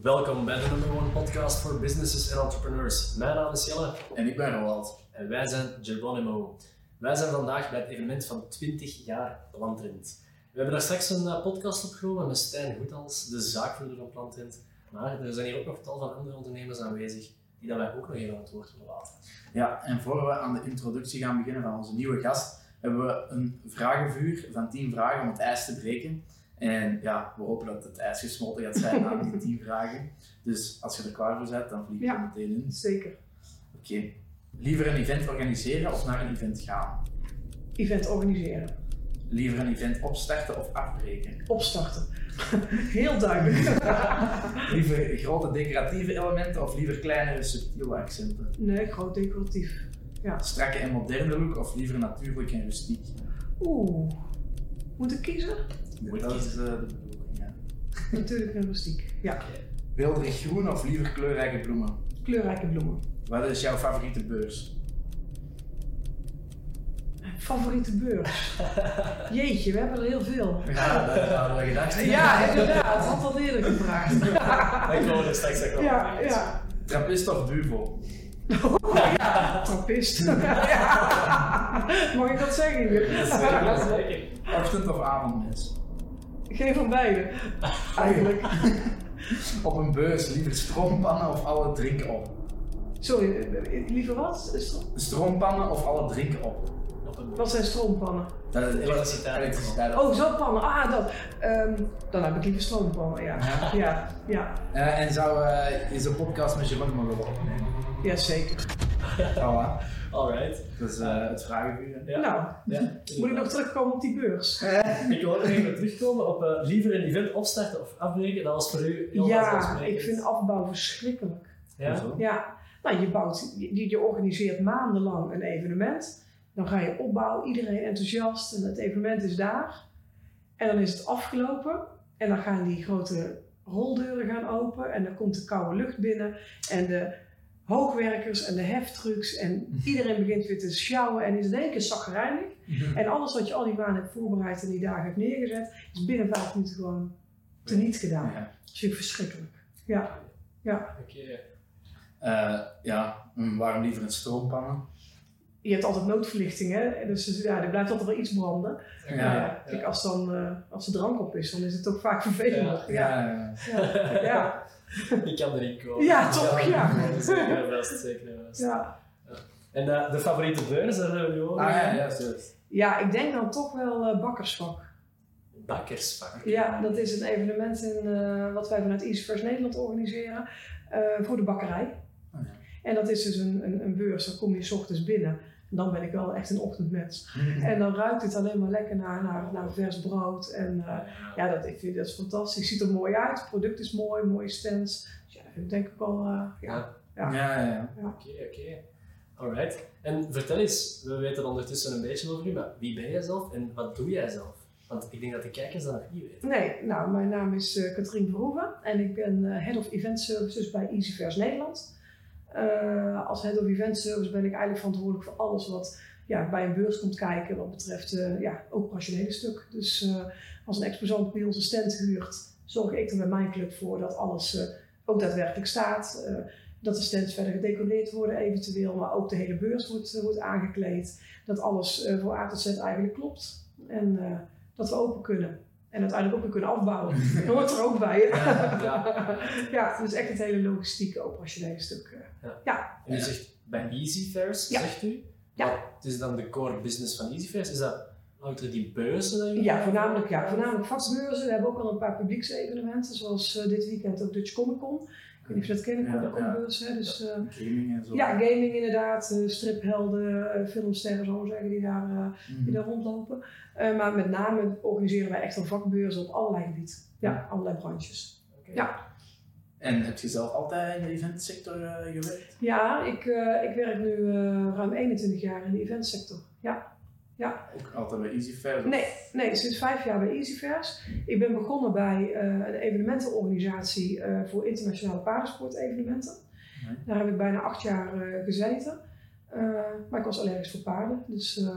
Welkom bij de number one podcast voor businesses en entrepreneurs. Mijn naam is Jelle. En ik ben Roald. En wij zijn Geronimo. Wij zijn vandaag bij het evenement van 20 jaar Plantrend. We hebben daar straks een podcast opgenomen met Stijn Goethals, de zaakvoerder van Plantrend. Maar er zijn hier ook nog tal van andere ondernemers aanwezig die dat wij ook nog even aan het woord willen laten. Ja, en voor we aan de introductie gaan beginnen van onze nieuwe gast, hebben we een vragenvuur van 10 vragen om het ijs te breken. En ja, we hopen dat het ijs gesmolten gaat zijn na die 10 vragen. Dus als je er klaar voor bent, dan vlieg je er meteen in. Zeker. Oké. Liever een event organiseren of naar een event gaan? Event organiseren. Liever een event opstarten of afbreken? Opstarten. Heel duidelijk. Liever grote decoratieve elementen of liever kleinere subtiele accenten? Nee, groot decoratief. Ja. Strakke en moderne look of liever natuurlijk en rustiek? Moet ik kiezen? Dat is de bedoeling, ja. Natuurlijk en rustiek. Ja. Wilderig groen of liever kleurrijke bloemen? Kleurrijke bloemen. Wat is jouw favoriete beurs? Favoriete beurs? Jeetje, we hebben er heel veel. Ja, dat hadden we gedacht. Ja, inderdaad. Had al eerder gevraagd. Ik wil er straks ook Ja. Trappist of duvel? Trappist. Ja. Mag ik dat zeggen hier? Zeker. Ochtend- of avondmens? Geen van beide. Eigenlijk. Op een beurs liever stroompannen of alle drinken op? Sorry, liever wat? Stroompannen of alle drinken op? Wat zijn stroompannen? Dat is Elektriciteit. Oh, zo pannen. Dat. Dan heb ik liever stroompannen, ja. Ja. En zou deze podcast met Geronimo willen opnemen? Ja, zeker. Voilà. Alright. Dat is het vragenvuur. Ja. Nou, Ja. moet ik nog terugkomen op die beurs? Ik wil nog even terugkomen op liever een event opstarten of afbreken. Dat was voor u heel Ja, vanzelfsprekend. ik vind afbouw verschrikkelijk. Ja? Hoezo? Ja, nou, je organiseert maandenlang een evenement. Dan ga je opbouwen, iedereen enthousiast en het evenement is daar. En dan is het afgelopen en dan gaan die grote roldeuren gaan open en dan komt de koude lucht binnen en de hoogwerkers en de heftrucks en iedereen begint weer te sjouwen en is in één keer chagrijnig. En alles wat je al die maanden hebt voorbereid en die dagen hebt neergezet, is binnen 5 minuten gewoon teniet gedaan. Ja. Dat vind ik verschrikkelijk. Ja. Oké. Waarom liever een stroompannen? Je hebt altijd noodverlichting, hè? Dus ja, er blijft altijd wel iets branden. Ja. Kijk, als de drank op is, dan is het ook vaak vervelend. Ja. Ik kan erin komen. Ja, toch, ja. Zeker vast. Ja. En de favoriete beurs, daar hebben we nu over. Ja, zo. Ja, ik denk dan toch wel bakkersvak. Bakkersvak. Ja, dat is een evenement wat wij vanuit Easy First Nederland organiseren voor de bakkerij. Oh, ja. En dat is dus een beurs, dan kom je 's ochtends binnen. En dan ben ik wel echt een ochtendmens. En dan ruikt het alleen maar lekker naar vers brood. En ik vind dat is fantastisch. Ziet er mooi uit, het product is mooi, mooie stands. Dus ja, dat vind ik denk ik wel, Ja. Oké. Alright. En vertel eens, we weten ondertussen een beetje over u, maar wie ben jij zelf en wat doe jij zelf? Want ik denk dat de kijkers dat nog niet weten. Nee, nou, mijn naam is Katrien Verhoeven en ik ben Head of Event Services bij Easy First Nederland. Als Head of Event Service ben ik eigenlijk verantwoordelijk voor alles wat bij een beurs komt kijken wat betreft het operationele stuk. Dus als een exposant bij ons een stand huurt, zorg ik er met mijn club voor dat alles ook daadwerkelijk staat. Dat de stands verder gedecoreerd worden eventueel, maar ook de hele beurs wordt aangekleed. Dat alles voor A tot Z eigenlijk klopt en dat we open kunnen. En uiteindelijk ook weer kunnen afbouwen. Dat hoort er ook bij. Ja, dus echt het hele logistieke, operationele stuk. En u zegt bij EasyFairs, zegt u? Ja. Wat is dan de core business van EasyFairs? Is dat louter die beurzen? Ja, voornamelijk vakbeurzen. We hebben ook al een paar publieksevenementen, zoals dit weekend ook Dutch Comic Con. Ik weet niet of je dat kennen, Comic Con beurs. Dus, gaming en zo. Ja, gaming inderdaad. Striphelden, filmsterren, zo zeggen, die daar rondlopen. Maar met name organiseren wij echt een vakbeurzen op allerlei gebieden. Ja, allerlei branches. Okay. Ja. En heb je zelf altijd in de eventsector gewerkt? Ja, ik werk nu ruim 21 jaar in de eventsector. Ja. Ook altijd bij EasyFairs? Nee, sinds 5 jaar bij EasyFairs. Ik ben begonnen bij een evenementenorganisatie voor internationale paardensportevenementen. Nee. Daar heb ik bijna 8 jaar gezeten. Maar ik was allergisch voor paarden, dus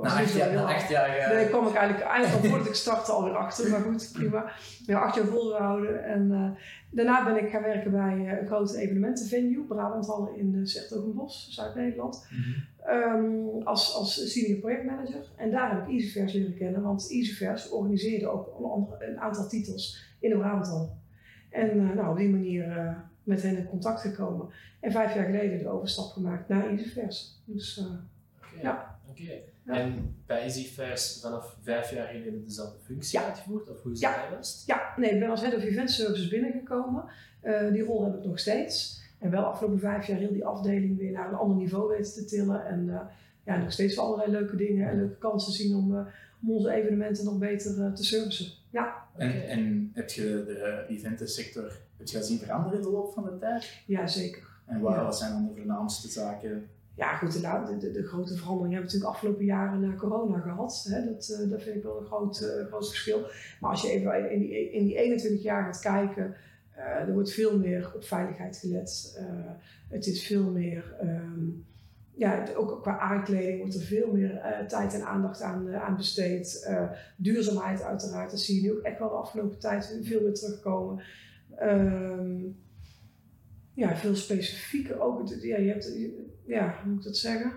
Na 8 jaar. Daar kwam ik eigenlijk al voordat ik startte alweer achter, maar goed, prima. Ja, 8 jaar volgehouden. En daarna ben ik gaan werken bij een grote evenementenvenue, Brabanthallen in 's-Hertogenbosch, Zuid-Nederland. Als senior projectmanager. En daar heb ik EasyVers leren kennen, want EasyVers organiseerde ook een aantal titels in de Brabanthallen. En op die manier met hen in contact gekomen. En 5 jaar geleden de overstap gemaakt naar EasyVers. Dus ja. Ja. En bij EasyVers vanaf 5 jaar geleden dezelfde functie uitgevoerd? Of hoe is dat geweest? Ja, nee, ik ben als Head of Event Services binnengekomen. Die rol heb ik nog steeds. En wel afgelopen 5 jaar heel die afdeling weer naar een ander niveau weten te tillen. En nog steeds wel allerlei leuke dingen en leuke kansen zien om onze evenementen nog beter te servicen. Ja. En heb je de eventensector zien veranderen in de loop van de tijd? Ja, zeker. En wat zijn dan de voornaamste zaken? Ja goed, de grote verandering hebben we natuurlijk afgelopen jaren na corona gehad. Hè? Dat vind ik wel een groot verschil. Maar als je even in die 21 jaar gaat kijken, er wordt veel meer op veiligheid gelet. Het is veel meer, ook qua aankleding wordt er veel meer tijd en aandacht aan besteed. Duurzaamheid uiteraard, dat zie je nu ook echt wel de afgelopen tijd veel meer terugkomen. Veel specifieker ook. Je hebt, hoe moet ik dat zeggen?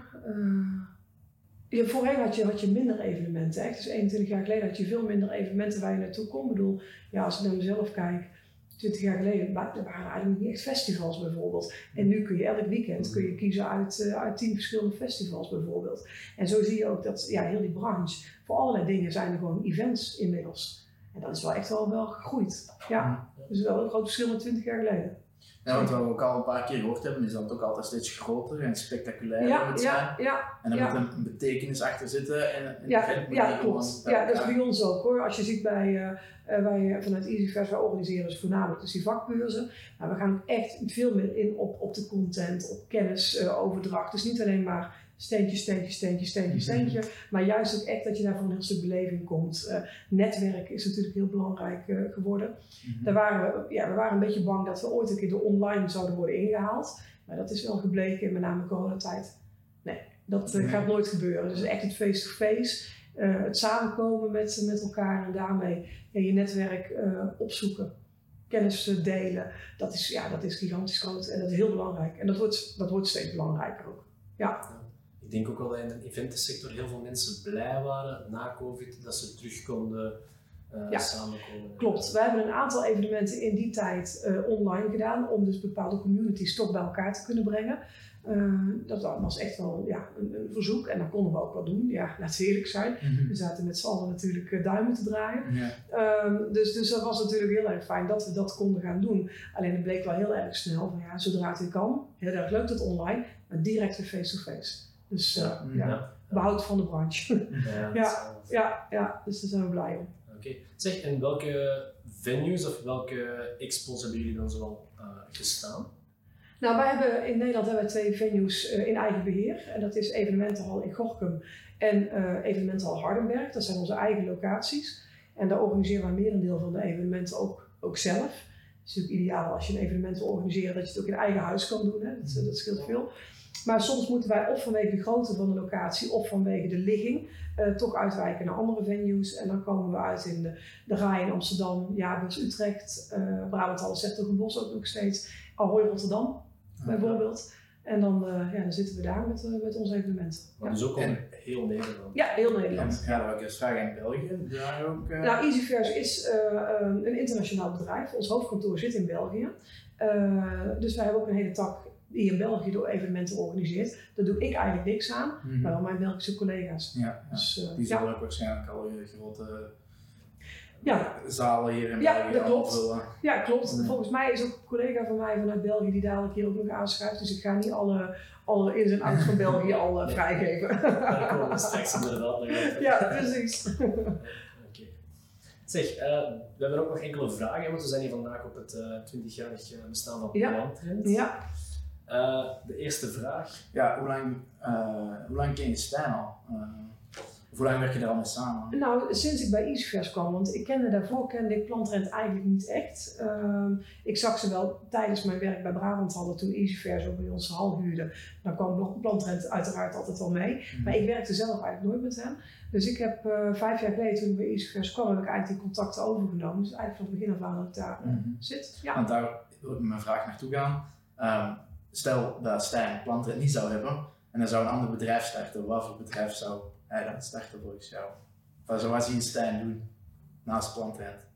Voorheen had je minder evenementen. Echt. Dus 21 jaar geleden had je veel minder evenementen waar je naartoe kon. Ik bedoel, als ik naar mezelf kijk, 20 jaar geleden waren eigenlijk niet echt festivals bijvoorbeeld. En nu kun je elk weekend kiezen uit 10 verschillende festivals bijvoorbeeld. En zo zie je ook dat heel die branche, voor allerlei dingen zijn er gewoon events inmiddels. En dat is wel echt wel gegroeid. Ja, dus wel een groot verschil met 20 jaar geleden. Ja, want wat we ook al een paar keer gehoord hebben, is dat het ook altijd steeds groter en spectaculairder moet zijn. En er moet een betekenis achter zitten. Klopt. Ja, dat is bij ons ook hoor. Als je ziet wij vanuit EasyVers, wij organiseren dus voornamelijk dus die vakbeurzen. Maar we gaan ook echt veel meer in op de content, op kennisoverdracht. Dus niet alleen maar steentje. Maar juist ook echt dat je daar voor een heel stuk beleving komt. Netwerk is natuurlijk heel belangrijk geworden. We waren een beetje bang dat we ooit een keer door online zouden worden ingehaald. Maar dat is wel gebleken in met name coronatijd. Nee, dat gaat nooit gebeuren. Dus echt het face-to-face, het samenkomen met elkaar en daarmee je netwerk opzoeken. Kennis delen, dat is gigantisch groot en dat is heel belangrijk. En dat wordt steeds belangrijker ook. Ja. Ik denk ook wel dat in de eventensector heel veel mensen blij waren na COVID dat ze terug konden samenkomen. Klopt. Wij hebben een aantal evenementen in die tijd online gedaan om dus bepaalde communities toch bij elkaar te kunnen brengen. Dat was echt wel een verzoek en dat konden we ook wel doen. Ja, laat het eerlijk zijn. We zaten met z'n allen natuurlijk duimen te draaien. Dus dat was natuurlijk heel erg fijn dat we dat konden gaan doen. Alleen het bleek wel heel erg snel van zodra het weer kan, heel erg leuk dat online, maar direct weer face-to-face. Dus behoud van de branche. Dus daar zijn we blij om. Oké. Zeg, en welke venues of welke expos hebben jullie dan zoal gestaan? Nou, in Nederland hebben we 2 venues in eigen beheer. En dat is Evenementenhal in Gorinchem en Evenementenhal Hardenberg. Dat zijn onze eigen locaties. En daar organiseren wij merendeel van de evenementen ook zelf. Het is natuurlijk ideaal als je een evenement wil organiseren dat je het ook in eigen huis kan doen. Hè. Dat scheelt veel. Maar soms moeten wij of vanwege de grootte van de locatie of vanwege de ligging toch uitwijken naar andere venues. En dan komen we uit in de RAI in Amsterdam, Jaarbeurs Utrecht, Brabanthallen 's-Hertogenbosch ook nog steeds, Ahoy Rotterdam bijvoorbeeld. En dan zitten we daar met onze evenementen. Maar dus ook al heel Nederland? Ja, heel Nederland. En dat wil ik eens vragen in België. Daar ook, Nou, EasyVers is een internationaal bedrijf. Ons hoofdkantoor zit in België. Dus wij hebben ook een hele tak die in België door evenementen organiseert. Daar doe ik eigenlijk niks aan, maar wel mijn Belgische collega's. Dus, die zullen ook waarschijnlijk al grote zalen hier in België dat klopt. aanvullen. Ja, klopt. Volgens mij is ook een collega van mij vanuit België die dadelijk hier ook nog aanschrijft. Dus ik ga niet alle ins en outs van België al vrijgeven. Daar komen we straks inderdaad nog uit. Ja, precies. Zeg, we hebben ook nog enkele vragen, want we zijn hier vandaag op het 20-jarig bestaan van Plantrend. Ja. De eerste vraag. Ja, hoe lang ken je Stijn al? Hoe lang werk je er al mee samen? Nou, sinds ik bij EasyVers kwam, want daarvoor kende ik Plantrend eigenlijk niet echt. Ik zag ze wel tijdens mijn werk bij Brabant hadden toen EasyVers ook bij ons hal huurde. Dan kwam Plantrend uiteraard altijd wel mee. Maar ik werkte zelf eigenlijk nooit met hem. Dus ik heb 5 jaar geleden toen ik bij EasyVers kwam, heb ik eigenlijk die contacten overgenomen. Dus eigenlijk van het begin af aan dat ik daar zit. Ja. Want daar wil ik mijn vraag naartoe gaan. Stel dat Stijn Plantrend niet zou hebben en dan zou een ander bedrijf starten. Wat voor bedrijf zou hij dan starten volgens jou? Wat zie je Stijn doen naast Plantrend?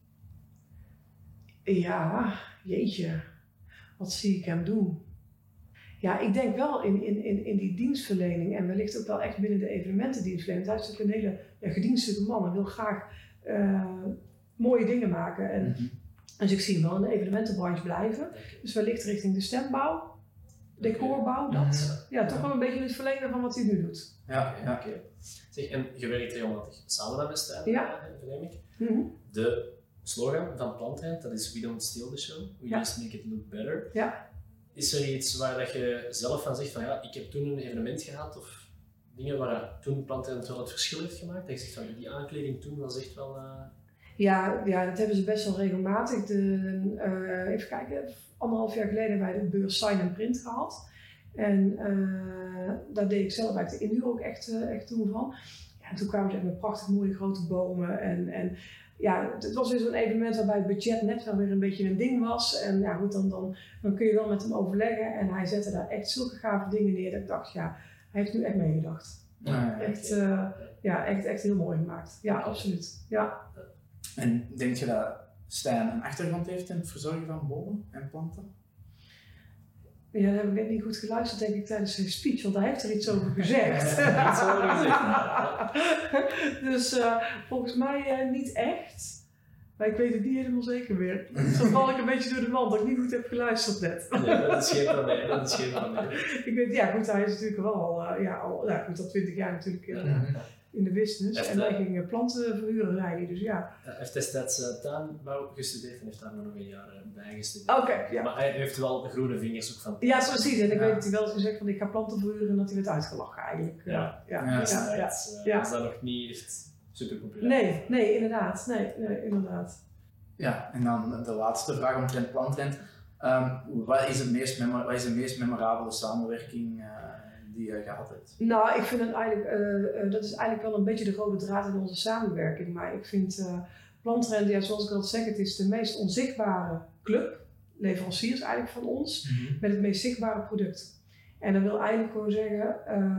Ja, jeetje. Wat zie ik hem doen? Ja, ik denk wel in die dienstverlening en wellicht ook wel echt binnen de evenementendienstverlening. Hij is natuurlijk een hele gedienstige man en wil graag mooie dingen maken. En, dus ik zie hem wel in de evenementenbranche blijven. Dus wellicht richting de stembouw, decorbouw, dat. Ja, toch wel een beetje in het verlengde van wat hij nu doet. Ja. Okay. Zeg, en je werkt regelmatig samen dan met Stijn, verneem ik. De slogan van Plantrend, dat is We Don't Steal the Show, We Just Make It Look Better. Ja. Is er iets waar dat je zelf van zegt van ja, ik heb toen een evenement gehad of dingen waar toen Plantrend wel het verschil heeft gemaakt? Dat je zegt van die aankleding toen was echt wel... Ja, dat hebben ze best wel regelmatig. Even kijken, 1,5 jaar geleden hebben wij de beurs Sign & Print gehad. En daar deed ik zelf eigenlijk de inhuur ook echt toen van. Ja, en toen kwamen ze echt met prachtig mooie grote bomen. En ja, het was weer zo'n evenement waarbij het budget net wel weer een beetje een ding was. En ja goed, dan kun je wel met hem overleggen. En hij zette daar echt zulke gave dingen neer dat ik dacht, ja, hij heeft nu echt meegedacht. Echt heel mooi gemaakt. Ja, absoluut. Ja. En denk je dat Stijn een achtergrond heeft in het verzorgen van bomen en planten? Ja, dat heb ik net niet goed geluisterd, denk ik, tijdens zijn speech, want hij heeft er iets over gezegd. Dus volgens mij niet echt. Maar ik weet het niet helemaal zeker meer. Zo val ik een beetje door de mand dat ik niet goed heb geluisterd net. Nee, dat is geen probleem. Ik weet, ja goed, hij is natuurlijk wel al 20 jaar natuurlijk in de business. En hij ging planten verhuren rijden, dus ja. Hij heeft destijds tuinbouw gestudeerd en heeft daar nog een jaar bij gestudeerd. Oké, ja. Maar hij heeft wel de groene vingers ook van. Ja, precies. En ik weet dat hij wel eens gezegd van ik ga planten verhuren en dat hij werd uitgelachen eigenlijk. Was dat nog niet echt super populair? Nee, inderdaad. Nee, inderdaad. Ja, en dan de laatste vraag omtrent Plantrend. Wat is de meest memorabele samenwerking die je gehad hebt? Nou, ik vind het eigenlijk, dat is eigenlijk wel een beetje de rode draad in onze samenwerking. Maar ik vind Plantrend, ja, zoals ik al zeg, het is de meest onzichtbare club, leveranciers eigenlijk van ons, met het meest zichtbare product. En dat wil eigenlijk gewoon zeggen,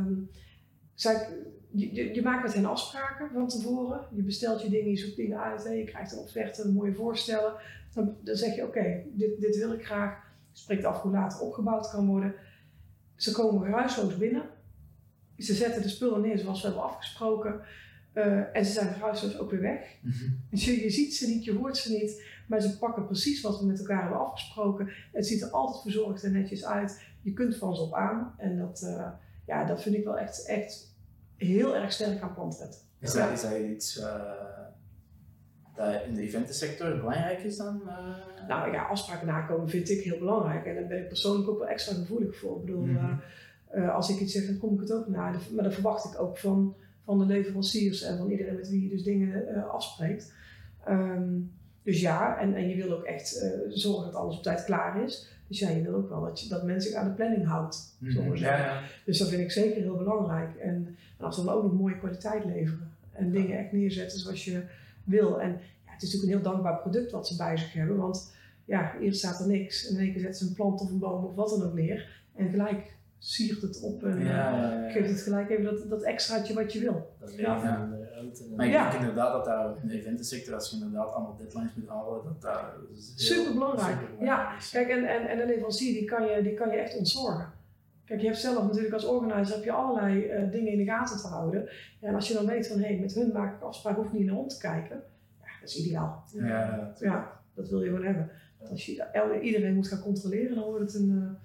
je maakt met hen afspraken van tevoren. Je bestelt je dingen, je zoekt dingen uit, je krijgt een offerte, mooie voorstellen. Dan zeg je oké, dit wil ik graag. Je spreekt af hoe later opgebouwd kan worden. Ze komen geruisloos binnen. Ze zetten de spullen neer zoals we hebben afgesproken. En ze zijn geruisloos ook weer weg. Dus je ziet ze niet, je hoort ze niet. Maar ze pakken precies wat we met elkaar hebben afgesproken. Het ziet er altijd verzorgd en netjes uit. Je kunt van ze op aan. En dat vind ik wel echt heel erg sterk aan Plantrend. Is dat iets dat in de eventensector belangrijk is dan? Nou ja, afspraken nakomen vind ik heel belangrijk. En daar ben ik persoonlijk ook wel extra gevoelig voor. Ik bedoel, als ik iets zeg, dan kom ik het ook na. Maar dat verwacht ik ook van de leveranciers en van iedereen met wie je dus dingen afspreekt. Dus ja, en je wil ook echt zorgen dat alles op tijd klaar is. Dus ja, je wil ook wel dat mensen zich aan de planning houdt. Dus dat vind ik zeker heel belangrijk. En als we dan ook nog mooie kwaliteit leveren en dingen echt neerzetten zoals je wil. En ja, het is natuurlijk een heel dankbaar product wat ze bij zich hebben. Want ja, eerst staat er niks. En in één keer zetten ze een plant of een boom of wat dan ook neer. En gelijk siert het op en geeft het gelijk even dat extraatje wat je wil. Dat leven in de ruimte. Maar ik denk inderdaad dat daar in de eventensector, als je inderdaad allemaal deadlines moet halen, dat daar super belangrijk is. Kijk, en de leverancier die kan je echt ontzorgen. Kijk, je hebt zelf natuurlijk als organizer heb je allerlei dingen in de gaten te houden. Ja, en als je dan weet van met hun maak ik afspraak, hoef niet naar om te kijken. Ja, dat is ideaal. Ja, dat wil je gewoon hebben. Als je iedereen moet gaan controleren, dan wordt het een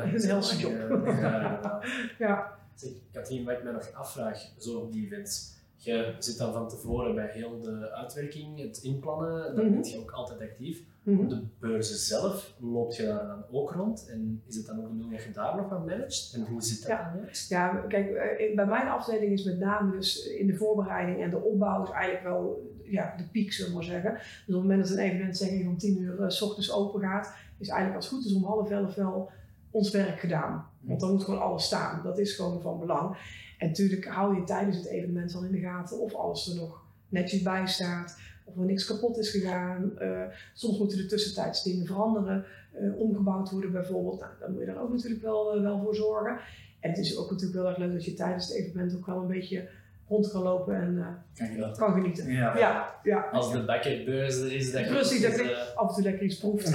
helse job. Zeg, Katrien, wat ik me nog afvraag, zo op die events. Je zit dan van tevoren bij heel de uitwerking, het inplannen, dan ben je ook altijd actief. Op de beurzen zelf loopt je daar dan ook rond en is het dan ook de bedoeling dat je daar nog wat managt? En hoe zit dat dan juist? Ja, kijk, bij mijn afdeling is met name dus in de voorbereiding en de opbouw is eigenlijk wel de piek, zullen we maar zeggen. Dus op het moment dat een evenement zeg ik om 10 uur 's ochtends open gaat, is eigenlijk als het goed is om 10:30 wel ons werk gedaan. Want dan moet gewoon alles staan. Dat is gewoon van belang. En natuurlijk hou je tijdens het evenement al in de gaten of alles er nog netjes bij staat. Of er niks kapot is gegaan. Soms moeten er tussentijds dingen veranderen. Omgebouwd worden bijvoorbeeld. Nou, dan moet je daar ook natuurlijk wel voor zorgen. En het is ook natuurlijk heel erg leuk dat je tijdens het evenement ook wel een beetje rond kan lopen en kan genieten. Ja. Als de bakkerbeurs er is, dat je... Precies, dat ik af en toe lekker iets proeft.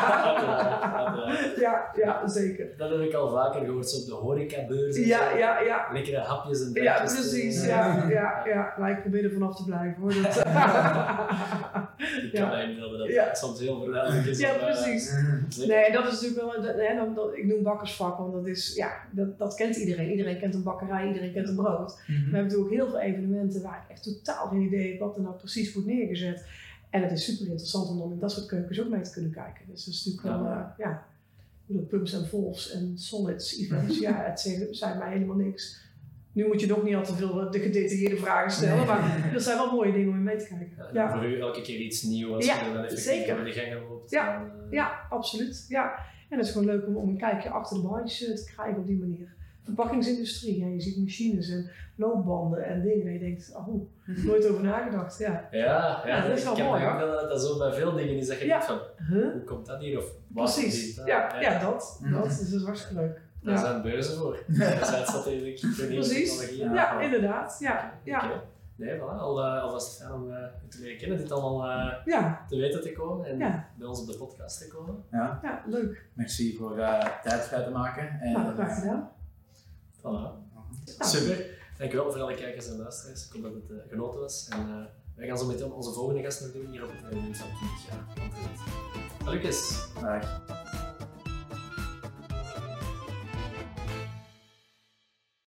Ja, zeker. Dat heb ik al vaker gehoord, zo op de horecabeurzen. Ja. Lekkere hapjes en Ja, drankjes. precies. Ja. Maar ik probeer er vanaf te blijven hoor. Dat, Ik kan mij inbeelden dat het soms heel vervelend is. Ja, precies. Nee, dat is natuurlijk wel, ik noem bakkersvak, want dat is, dat kent iedereen. Iedereen kent een bakkerij, iedereen kent een brood. We hebben natuurlijk ook heel veel evenementen waar ik echt totaal geen idee heb wat er nou precies wordt neergezet. En het is super interessant om dan in dat soort keukens ook mee te kunnen kijken. Dus dat is natuurlijk wel, pumps en volts en solids events, het zijn mij helemaal niks. Nu moet je nog niet al te veel de gedetailleerde vragen stellen, maar dat zijn wel mooie dingen om in mee te kijken. Voor u elke keer iets nieuws als je er dan effectief door de gangen loopt. Ja, absoluut. Ja. En het is gewoon leuk om een kijkje achter de bandjes te krijgen op die manier. Verpakkingsindustrie, je ziet machines en loopbanden en dingen en je denkt, nooit over nagedacht. Ja, dat is wel ik mooi kan me ook wel dat zo bij veel dingen is dat je denkt van, hoe komt dat hier? Of wat precies, dit, dat. Dus dat is hartstikke leuk. Daar zijn beurzen voor. Daar staat eigenlijk voor nieuwe technologie. Ja, inderdaad. Ja. Nee, voilà, alvast fijn om te leren kennen, dit allemaal te weten te komen en bij ons op de podcast te komen. Ja, leuk. Merci voor tijd vrij te maken. Graag gedaan. Voilà. Super. Dankjewel voor alle kijkers en luisteraars. Ik hoop dat het genoten was. En wij gaan zo meteen onze volgende gast nog doen hier op het evenement van 20 jaar. Lucas. Dag.